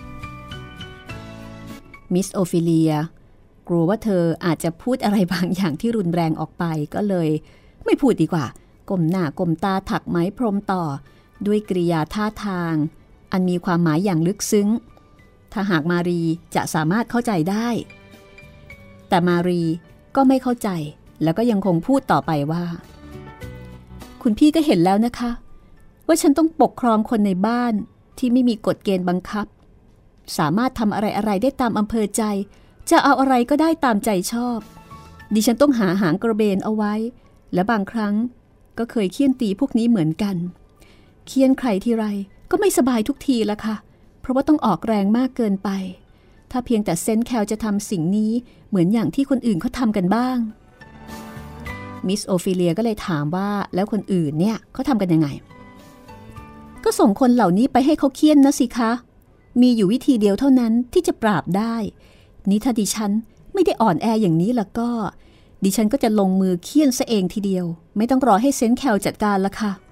มิสโอฟิเลียกลัวว่าเธออาจจะพูดอะไรบางอย่างที่รุนแรงออกไปก็เลยไม่พูดดีกว่าก้มหน้าก้มตาถักไหมพรมต่อด้วยกริยาท่าทางอันมีความหมายอย่างลึกซึ้งถ้าหากมารีจะสามารถเข้าใจได้แต่มารีก็ไม่เข้าใจแล้วก็ยังคงพูดต่อไปว่าคุณพี่ก็เห็นแล้วนะคะว่าฉันต้องปกครองคนในบ้านที่ไม่มีกฎเกณฑ์บังคับสามารถทำอะไรได้ตามอำเภอใจจะเอาอะไรก็ได้ตามใจชอบดิฉันต้องหาหางกระเบนเอาไว้และบางครั้งก็เคยเคี่ยนตีพวกนี้เหมือนกันเคี่ยนใครทีไรก็ไม่สบายทุกทีละค่ะเพราะว่าต้องออกแรงมากเกินไปถ้าเพียงแต่เซนต์แคลจะทำสิ่งนี้เหมือนอย่างที่คนอื่นเขาทำกันบ้างมิสโอฟิเลียก็เลยถามว่าแล้วคนอื่นเนี่ยเขาทำกันยังไงก็ส่งคนเหล่านี้ไปให้เขาเคี่ยนนะสิคะมีอยู่วิธีเดียวเท่านั้นที่จะปราบได้นี่ถ้าดิฉันไม่ได้อ่อนแออย่างนี้แล้วก็ดิฉันก็จะลงมือเคี่ยนซะเองทีเดียวไม่ต้องรอให้เซนต์แคลจัดการละค่ะ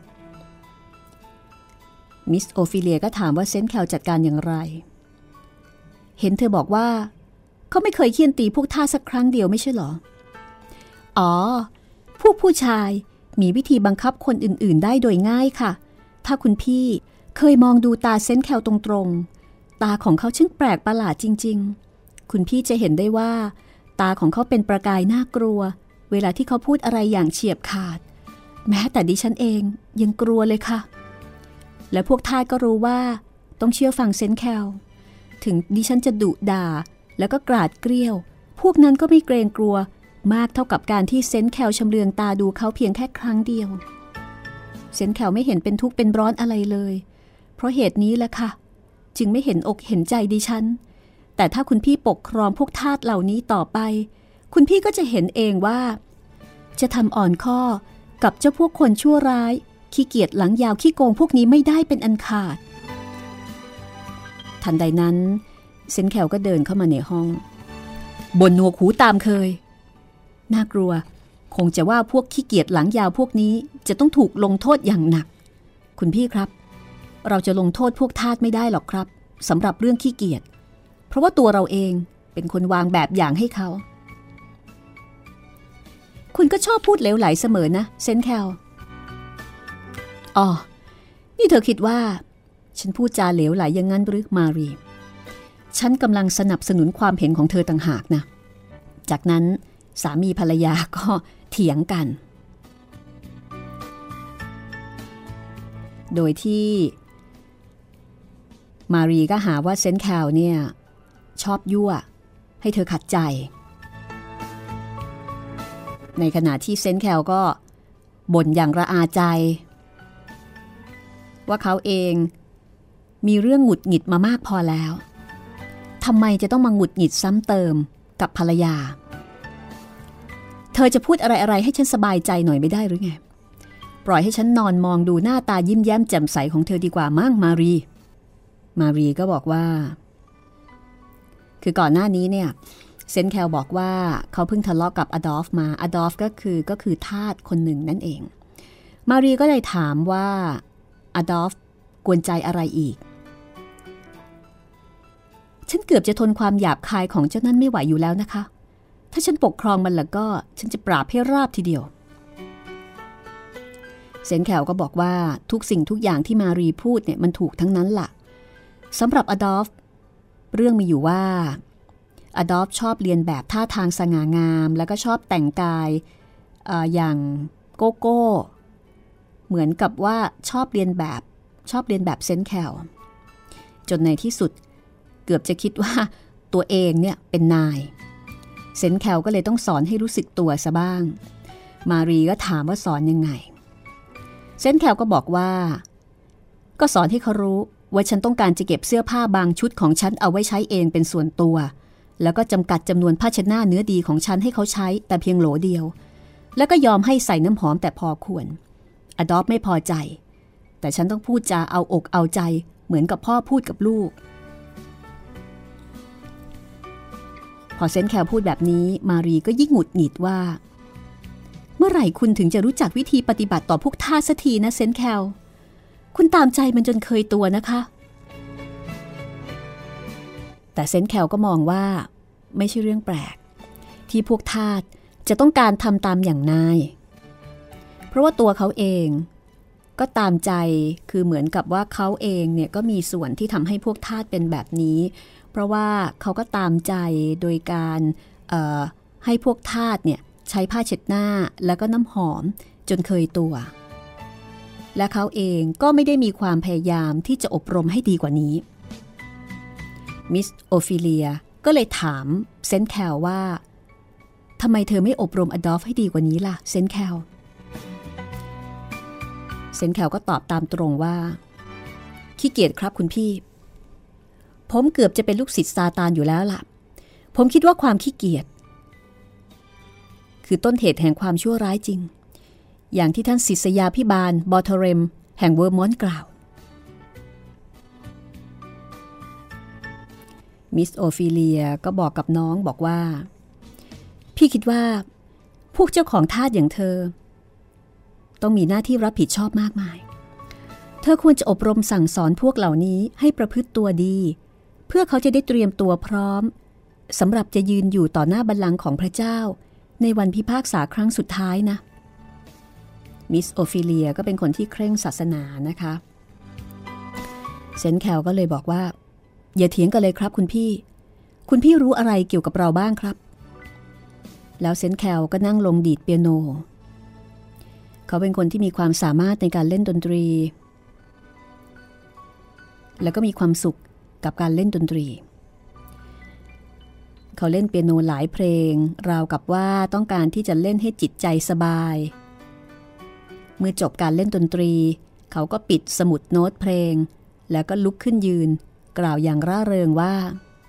มิสโอฟิเลียก็ถามว่าเซนต์แคลจัดการอย่างไรเห็นเธอบอกว่าเขาไม่เคยเคี่ยนตีพวกท่าสักครั้งเดียวไม่ใช่หรออ๋อพวกผู้ชายมีวิธีบังคับคนอื่นๆได้โดยง่ายค่ะถ้าคุณพี่เคยมองดูตาเซนต์แคลตรงๆตาของเขาช่างแปลกประหลาดจริงๆคุณพี่จะเห็นได้ว่าตาของเขาเป็นประกายน่ากลัวเวลาที่เขาพูดอะไรอย่างเฉียบขาดแม้แต่ดิฉันเองยังกลัวเลยค่ะและพวกทาสก็รู้ว่าต้องเชื่อฟังเซนต์แคลถึงดิฉันจะดุด่าแล้วก็กราดเกรี้ยวพวกนั้นก็ไม่เกรงกลัวมากเท่ากับการที่เซนต์แคลชำเลืองตาดูเขาเพียงแค่ครั้งเดียวเซนต์แคลไม่เห็นเป็นทุกข์เป็นร้อนอะไรเลยเพราะเหตุนี้แหละค่ะจึงไม่เห็นอกเห็นใจดิฉันแต่ถ้าคุณพี่ปกครองพวกทาสเหล่านี้ต่อไปคุณพี่ก็จะเห็นเองว่าจะทำอ่อนข้อกับเจ้าพวกคนชั่วร้ายขี้เกียจหลังยาวขี้โกงพวกนี้ไม่ได้เป็นอันขาดทันใดนั้นเซนต์แคลก็เดินเข้ามาในห้องบ่นหนวกหูตามเคยน่ากลัวคงจะว่าพวกขี้เกียจหลังยาวพวกนี้จะต้องถูกลงโทษอย่างหนักคุณพี่ครับเราจะลงโทษพวกทาสไม่ได้หรอกครับสำหรับเรื่องขี้เกียจเพราะว่าตัวเราเองเป็นคนวางแบบอย่างให้เขาคุณก็ชอบพูดเหลวไหลเสมอนะเซนต์แคลอ๋อนี่เธอคิดว่าฉันพูดจาเหลวไหลอย่างนั้นหรือมารีฉันกำลังสนับสนุนความเห็นของเธอต่างหากนะจากนั้นสามีภรรยาก็เถียงกันโดยที่มารีก็หาว่าเซนต์แคลเนี่ยชอบยั่วให้เธอขัดใจในขณะที่เซนต์แคลก็บ่นอย่างระอาใจว่าเขาเองมีเรื่องหงุดหงิดมามากพอแล้วทำไมจะต้องมาหงุดหงิดซ้ำเติมกับภรรยาเธอจะพูดอะไรให้ฉันสบายใจหน่อยไม่ได้หรือไงปล่อยให้ฉันนอนมองดูหน้าตายิ้มแย้มแจ่มใสของเธอดีกว่ามั้งมารีก็บอกว่าคือก่อนหน้านี้เนี่ยเซนต์แคลบอกว่าเขาเพิ่งทะเลาะกับอดอล์ฟมาอดอล์ฟก็คือทาสคนหนึ่งนั่นเองมารีก็เลยถามว่าอดอล์ฟกวนใจอะไรอีกฉันเกือบจะทนความหยาบคายของเจ้านั่นไม่ไหวอยู่แล้วนะคะถ้าฉันปกครองมันแล้วก็ฉันจะปราบให้ราบทีเดียวเซนต์แคลก็บอกว่าทุกสิ่งทุกอย่างที่มารีพูดเนี่ยมันถูกทั้งนั้นล่ะสำหรับอดอล์ฟเรื่องมีอยู่ว่าอดอล์ฟชอบเรียนแบบท่าทางสง่างามแล้วก็ชอบแต่งกายอย่างโกโก้เหมือนกับว่าชอบเรียนแบบเซนต์แคลจนในที่สุดเกือบจะคิดว่าตัวเองเนี่ยเป็นนายเซนต์แคลก็เลยต้องสอนให้รู้สึกตัวซะบ้างมารีก็ถามว่าสอนยังไงเซนต์แคลก็บอกว่าก็สอนให้เขารู้ว่าฉันต้องการจะเก็บเสื้อผ้าบางชุดของฉันเอาไว้ใช้เองเป็นส่วนตัวแล้วก็จำกัดจำนวนผ้าเช็ดหน้าเนื้อดีของฉันให้เขาใช้แต่เพียงโหลเดียวแล้วก็ยอมให้ใส่น้ำหอมแต่พอควรอดอล์ฟไม่พอใจแต่ฉันต้องพูดจาเอาอกเอาใจเหมือนกับพ่อพูดกับลูกพอเซนต์แคลพูดแบบนี้มารีก็ยิ่งหงุดหงิดว่าเมื่อไหร่คุณถึงจะรู้จักวิธีปฏิบัติต่อพวกทาสสักทีนะเซนต์แคลคุณตามใจมันจนเคยตัวนะคะแต่เซนต์แคลก็มองว่าไม่ใช่เรื่องแปลกที่พวกทาสจะต้องการทำตามอย่างนายเพราะว่าตัวเขาเองก็ตามใจคือเหมือนกับว่าเขาเองเนี่ยก็มีส่วนที่ทำให้พวกทาสเป็นแบบนี้เพราะว่าเขาก็ตามใจโดยการให้พวกทาสเนี่ยใช้ผ้าเช็ดหน้าแล้วก็น้ำหอมจนเคยตัวและเขาเองก็ไม่ได้มีความพยายามที่จะอบรมให้ดีกว่านี้มิสโอฟิเลียก็เลยถามเซนต์แคลว่าทำไมเธอไม่อบรมอดอล์ฟให้ดีกว่านี้ล่ะเซนต์แคลเซนต์แคลก็ตอบตามตรงว่าขี้เกียจครับคุณพี่ผมเกือบจะเป็นลูกศิษย์ซาตานอยู่แล้วล่ะผมคิดว่าความขี้เกียจคือต้นเหตุแห่งความชั่วร้ายจริงอย่างที่ท่านศิษยาภิบาลบอทเรมแห่งเวอร์มอนต์กล่าวมิสโอฟิเลียก็บอกกับน้องบอกว่าพี่คิดว่าพวกเจ้าของทาสอย่างเธอต้องมีหน้าที่รับผิดชอบมากมายเธอควรจะอบรมสั่งสอนพวกเหล่านี้ให้ประพฤติตัวดีเพื่อเขาจะได้เตรียมตัวพร้อมสำหรับจะยืนอยู่ต่อหน้าบัลลังก์ของพระเจ้าในวันพิพากษาครั้งสุดท้ายนะมิสโอฟิเลียก็เป็นคนที่เคร่งศาสนานะคะเซนต์แคลก็เลยบอกว่าอย่าเถียงกันเลยครับคุณพี่รู้อะไรเกี่ยวกับเราบ้างครับแล้วเซนต์แคลก็นั่งลงดีดเปียโนเขาเป็นคนที่มีความสามารถในการเล่นดนตรีแล้วก็มีความสุขกับการเล่นดนตรีเขาเล่นเปียโนหลายเพลงราวกับว่าต้องการที่จะเล่นให้จิตใจสบายเมื่อจบการเล่นดนตรีเขาก็ปิดสมุดโน้ตเพลงแล้วก็ลุกขึ้นยืนกล่าวอย่างร่าเริงว่า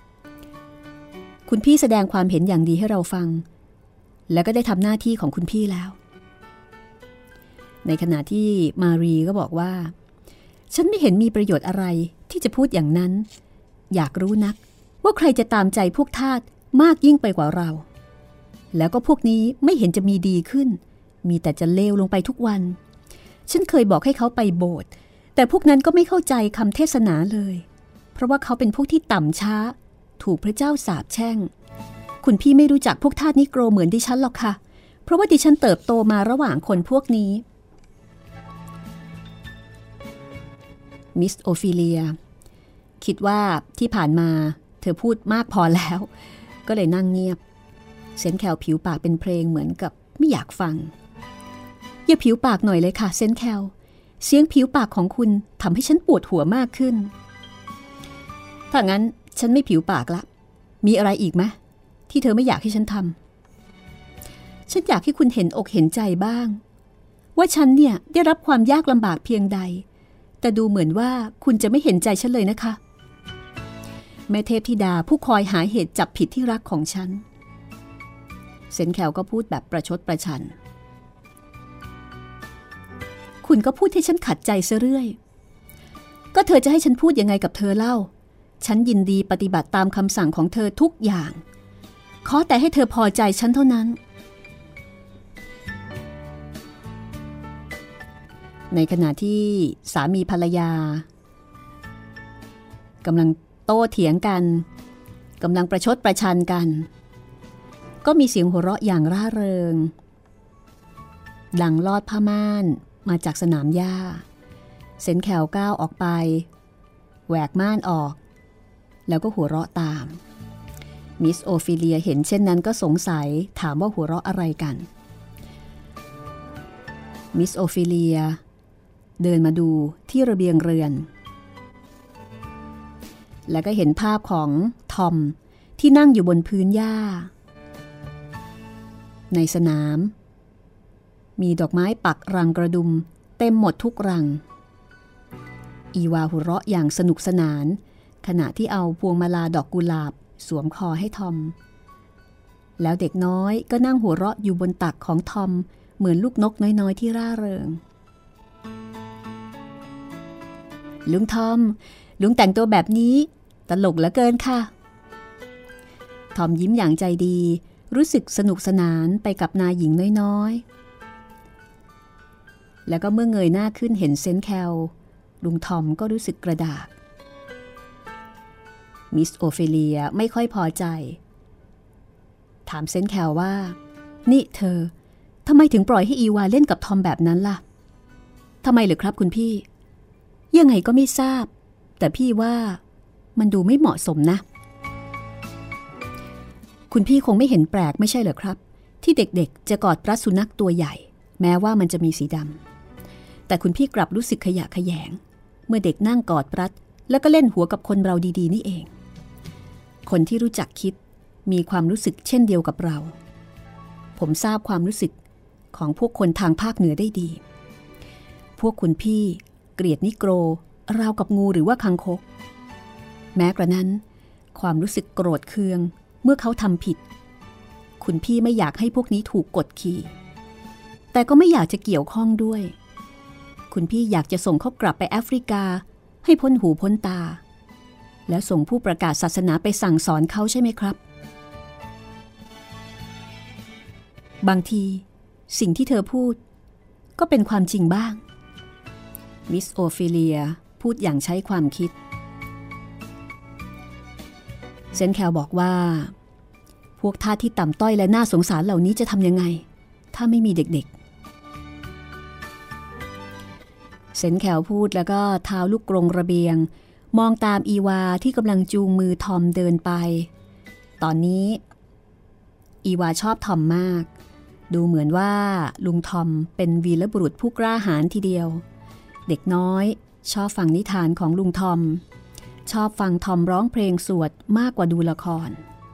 คุณพี่แสดงความเห็นอย่างดีให้เราฟังแล้วก็ได้ทำหน้าที่ของคุณพี่แล้วในขณะที่มารีก็บอกว่าฉันไม่เห็นมีประโยชน์อะไรที่จะพูดอย่างนั้นอยากรู้นักว่าใครจะตามใจพวกทาสมากยิ่งไปกว่าเราแล้วก็พวกนี้ไม่เห็นจะมีดีขึ้นมีแต่จะเลวลงไปทุกวันฉันเคยบอกให้เขาไปโบสถ์แต่พวกนั้นก็ไม่เข้าใจคำเทศนาเลยเพราะว่าเขาเป็นพวกที่ต่ำช้าถูกพระเจ้าสาปแช่งคุณพี่ไม่รู้จักพวกทาสนิโกรเหมือนดิฉันหรอกค่ะเพราะว่าดิฉันเติบโตมาระหว่างคนพวกนี้มิสโอฟิเลียคิดว่าที่ผ่านมาเธอพูดมากพอแล้วก็เลยนั่งเงียบเซนต์แคลผิวปากเป็นเพลงเหมือนกับไม่อยากฟังอย่าผิวปากหน่อยเลยค่ะเซนต์แคลเสียงผิวปากของคุณทำให้ฉันปวดหัวมากขึ้นถ้างั้นฉันไม่ผิวปากละมีอะไรอีกไหมที่เธอไม่อยากให้ฉันทำฉันอยากให้คุณเห็นอกเห็นใจบ้างว่าฉันเนี่ยได้รับความยากลำบากเพียงใดแต่ดูเหมือนว่าคุณจะไม่เห็นใจฉันเลยนะคะแม่เทพธิดาผู้คอยหาเหตุจับผิดที่รักของฉันเซนต์แคลก็พูดแบบประชดประชันคุณก็พูดให้ฉันขัดใจซะเรื่อยก็เธอจะให้ฉันพูดยังไงกับเธอเล่าฉันยินดีปฏิบัติตามคำสั่งของเธอทุกอย่างขอแต่ให้เธอพอใจฉันเท่านั้นในขณะที่สามีภรรยากำลังโต้เถียงกันกำลังประชดประชันกันก็มีเสียงหัวเราะอย่างร่าเริงดังลอดผ้าม่านมาจากสนามหญ้าเซนต์แคลก้าวออกไปแหวกม่านออกแล้วก็หัวเราะตามมิสโอฟิเลียเห็นเช่นนั้นก็สงสัยถามว่าหัวเราะอะไรกันมิสโอฟิเลียเดินมาดูที่ระเบียงเรือนแล้วก็เห็นภาพของทอมที่นั่งอยู่บนพื้นหญ้าในสนามมีดอกไม้ปักรังกระดุมเต็มหมดทุกรังอีวาหัวเราะอย่างสนุกสนานขณะที่เอาพวงมาลาดอกกุหลาบสวมคอให้ทอมแล้วเด็กน้อยก็นั่งหัวเราะอยู่บนตักของทอมเหมือนลูกนกน้อยๆที่ร่าเริงลุงทอมลุงแต่งตัวแบบนี้ตลกเหลือเกินค่ะทอมยิ้มอย่างใจดีรู้สึกสนุกสนานไปกับนายหญิงน้อยๆแล้วก็เมื่อเงยหน้าขึ้นเห็นเซนต์แคลลุงทอมก็รู้สึกกระดากมิสโอเฟเลียไม่ค่อยพอใจถามเซนต์แคลว่านี่เธอทำไมถึงปล่อยให้อีวาเล่นกับทอมแบบนั้นล่ะทำไมเหรอครับคุณพี่ยังไงก็ไม่ทราบแต่พี่ว่ามันดูไม่เหมาะสมนะคุณพี่คงไม่เห็นแปลกไม่ใช่เหรอครับที่เด็กๆจะกอดรัดสุนัขตัวใหญ่แม้ว่ามันจะมีสีดำแต่คุณพี่กลับรู้สึกขยะแขยงเมื่อเด็กนั่งกอดรัดแล้วก็เล่นหัวกับคนเราดีๆนี่เองคนที่รู้จักคิดมีความรู้สึกเช่นเดียวกับเราผมทราบความรู้สึกของพวกคนทางภาคเหนือได้ดีพวกคุณพี่เกลียดนิโกรราวกับงูหรือว่าคังคกแม้กระนั้นความรู้สึกโกรธเคืองเมื่อเขาทำผิดคุณพี่ไม่อยากให้พวกนี้ถูกกดขี่แต่ก็ไม่อยากจะเกี่ยวข้องด้วยคุณพี่อยากจะส่งเขากลับไปแอฟริกาให้พ้นหูพ้นตาแล้วส่งผู้ประกาศศาสนาไปสั่งสอนเขาใช่ไหมครับบางทีสิ่งที่เธอพูดก็เป็นความจริงบ้างมิสโอฟิเลียพูดอย่างใช้ความคิดเซนต์แคลบอกว่าพวกทาสที่ต่ำต้อยและน่าสงสารเหล่านี้จะทำยังไงถ้าไม่มีเด็กๆเซนต์แคลพูดแล้วก็เท้าลูกกรงระเบียงมองตามอีวาที่กำลังจูงมือทอมเดินไปตอนนี้อีวาชอบทอมมากดูเหมือนว่าลุงทอมเป็นวีรบุรุษผู้กล้าหาญทีเดียวเด็กน้อยชอบฟังนิทานของลุงทอมชอบฟังทอมร้องเพลงสวดมากกว่าดูละคร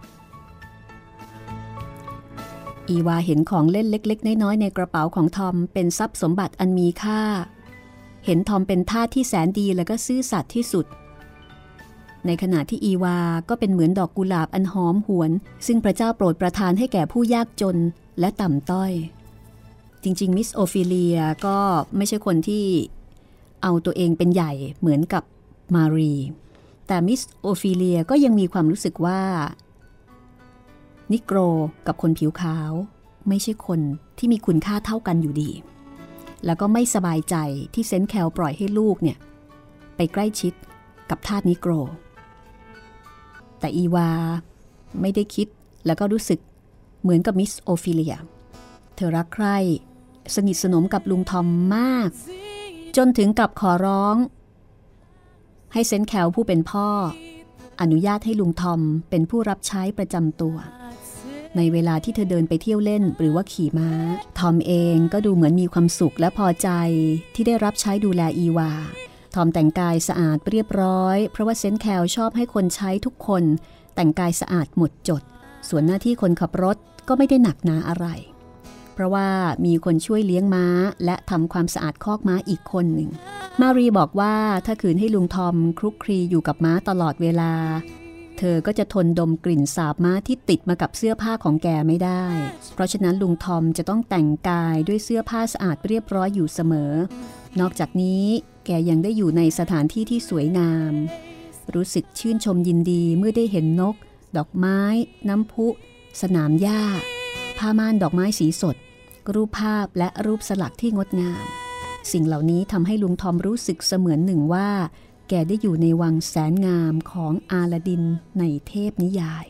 อีวาเห็นของเล่นเล็กๆน้อยๆในกระเป๋าของทอมเป็นทรัพย์สมบัติอันมีค่าเห็นทอมเป็นทาสที่แสนดีและก็ซื่อสัตย์ที่สุดในขณะที่อีวาก็เป็นเหมือนดอกกุหลาบอันหอมหวนซึ่งพระเจ้าโปรดประทานให้แก่ผู้ยากจนและต่ำต้อยจริงๆมิสโอฟิเลียก็ไม่ใช่คนที่เอาตัวเองเป็นใหญ่เหมือนกับมารีแต่มิสโอฟิเลียก็ยังมีความรู้สึกว่านิโกรกับคนผิวขาวไม่ใช่คนที่มีคุณค่าเท่ากันอยู่ดีแล้วก็ไม่สบายใจที่เซนต์แคลปล่อยให้ลูกเนี่ยไปใกล้ชิดกับทาสนิโกรแต่อีวาไม่ได้คิดแล้วก็รู้สึกเหมือนกับมิสโอฟิเลียเธอรักใคร่สนิทสนมกับลุงทอมมากจนถึงกับขอร้องให้เซนต์แคลผู้เป็นพ่ออนุญาตให้ลุงทอมเป็นผู้รับใช้ประจำตัวในเวลาที่เธอเดินไปเที่ยวเล่นหรือว่าขี่ม้าทอมเองก็ดูเหมือนมีความสุขและพอใจที่ได้รับใช้ดูแลอีวาทอมแต่งกายสะอาดเรียบร้อยเพราะว่าเซนต์แคลชอบให้คนใช้ทุกคนแต่งกายสะอาดหมดจดส่วนหน้าที่คนขับรถก็ไม่ได้หนักหนาอะไรเพราะว่ามีคนช่วยเลี้ยงม้าและทำความสะอาดคอกม้าอีกคนหนึ่งมารีบอกว่าถ้าขืนให้ลุงทอมคลุกคลีอยู่กับม้าตลอดเวลาเธอก็จะทนดมกลิ่นสาบม้าที่ติดมากับเสื้อผ้าของแกไม่ได้เพราะฉะนั้นลุงทอมจะต้องแต่งกายด้วยเสื้อผ้าสะอาดเรียบร้อยอยู่เสมอนอกจากนี้แกยังได้อยู่ในสถานที่ที่สวยงามรู้สึกชื่นชมยินดีเมื่อได้เห็นนกดอกไม้น้ำพุสนามหญ้าผ้าม่านดอกไม้สีสดรูปภาพและรูปสลักที่งดงามสิ่งเหล่านี้ทำให้ลุงทอมรู้สึกเสมือนหนึ่งว่าแกได้อยู่ในวังแสนงามของอาลาดินในเทพนิยาย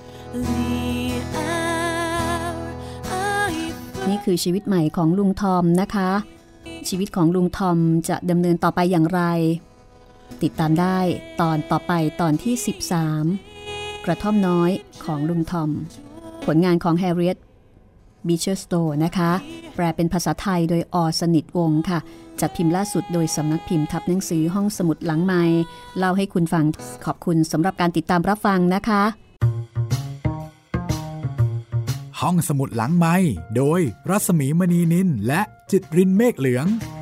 นี่คือชีวิตใหม่ของลุงทอมนะคะชีวิตของลุงทอมจะดำเนินต่อไปอย่างไรติดตามได้ตอนต่อไปตอนที่13กระท่อมน้อยของลุงทอมผลงานของแฮร์ริเอตบีเชอร์สโตว์นะคะแปลเป็นภาษาไทยโดยอ.สนิทวงศ์ค่ะจัดพิมพ์ล่าสุดโดยสำนักพิมพ์ทับหนังสือห้องสมุดหลังไมค์เล่าให้คุณฟังขอบคุณสำหรับการติดตามรับฟังนะคะห้องสมุดหลังไมค์โดยรัศมีมณีนินและจิตรินเมฆเหลือง